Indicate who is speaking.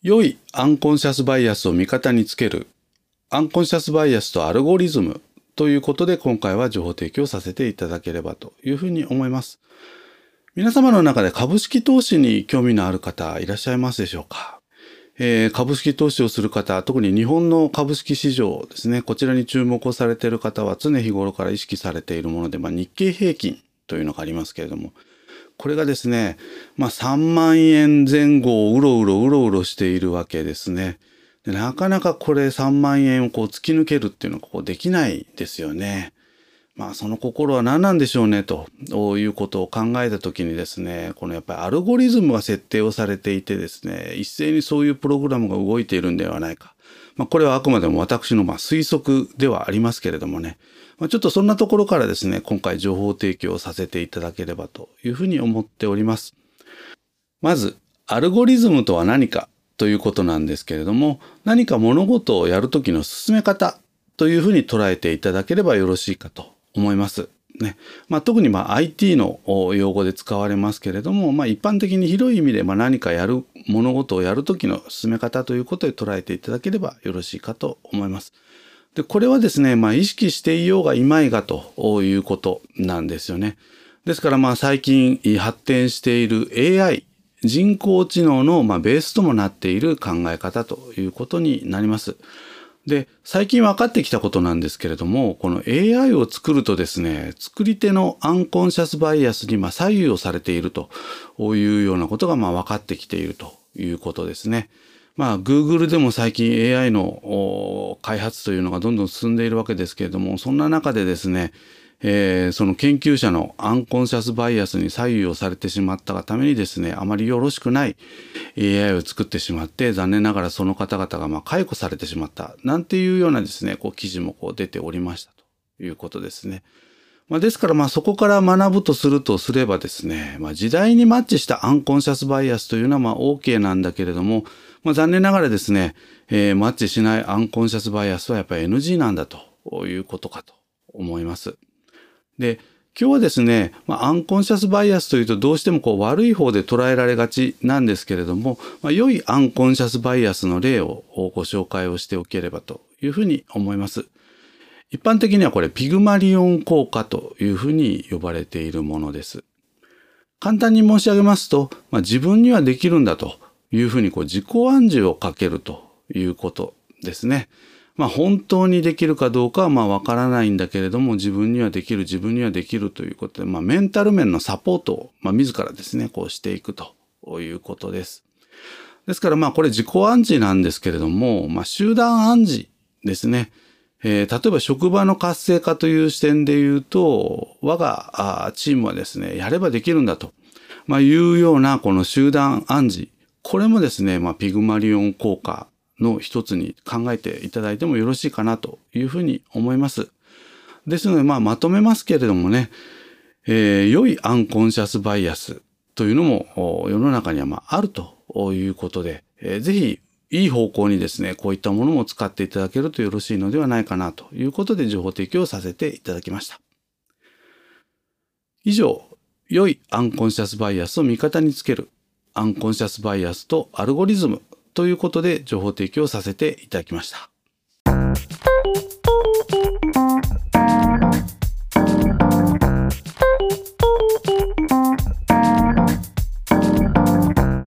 Speaker 1: 良いアンコンシャスバイアスを味方につけるアンコンシャスバイアスとアルゴリズムということで今回は情報提供させていただければというふうに思います。皆様の中で株式投資に興味のある方いらっしゃいますでしょうか。株式投資をする方、特に日本の株式市場ですね、こちらに注目をされている方は常日頃から意識されているもので、日経平均というのがありますけれども、これがですね、3万円前後をうろうろしているわけですね。でなかなかこれ3万円を突き抜けるっていうのができないですよね。その心は何なんでしょうねということを考えたときにですね、このやっぱりアルゴリズムが設定をされていてですね、一斉にそういうプログラムが動いているんではないか。これはあくまでも私の推測ではありますけれどもね、ちょっとそんなところからですね、今回情報提供させていただければというふうに思っております。まず、アルゴリズムとは何かということなんですけれども、何か物事をやるときの進め方というふうに捉えていただければよろしいかと思いますね。特にIT の用語で使われますけれども、一般的に広い意味で何か物事をやるときの進め方ということで捉えていただければよろしいかと思います。で、これはですね、意識していようがいまいがということなんですよね。ですから最近発展している AI、人工知能のベースともなっている考え方ということになります。で、最近分かってきたことなんですけれども、この AI を作るとですね、作り手のアンコンシャスバイアスに左右をされているというようなことが分かってきているということですね。Google でも最近 AI の開発というのがどんどん進んでいるわけですけれども、そんな中でですね、その研究者のアンコンシャスバイアスに左右をされてしまったがためにですね、あまりよろしくない AI を作ってしまって、残念ながらその方々が解雇されてしまったなんていうようなですね、記事も出ておりましたということですね。ですからそこから学ぶとするとすればですね、時代にマッチしたアンコンシャスバイアスというのはOK なんだけれども、残念ながらですね、マッチしないアンコンシャスバイアスはやっぱり NG なんだということかと思います。で、今日はですね、アンコンシャスバイアスというとどうしても悪い方で捉えられがちなんですけれども、良いアンコンシャスバイアスの例をご紹介をしておければというふうに思います。一般的にはこれピグマリオン効果というふうに呼ばれているものです。簡単に申し上げますと、自分にはできるんだというふうに自己暗示をかけるということですね。本当にできるかどうかはわからないんだけれども、自分にはできるということで、メンタル面のサポートを、自らですね、していくということです。ですからこれ自己暗示なんですけれども、集団暗示ですね。例えば職場の活性化という視点で言うと、我がチームはですね、やればできるんだと、いうようなこの集団暗示、これもですね、ピグマリオン効果の一つに考えていただいてもよろしいかなというふうに思います。ですので、まとめますけれどもね、良いアンコンシャスバイアスというのも世の中にはあるということで、ぜひいい方向にですね、こういったものも使っていただけるとよろしいのではないかなということで情報提供させていただきました。以上、良いアンコンシャスバイアスを味方につけるアンコンシャスバイアスとアルゴリズムということで情報提供させていただきました。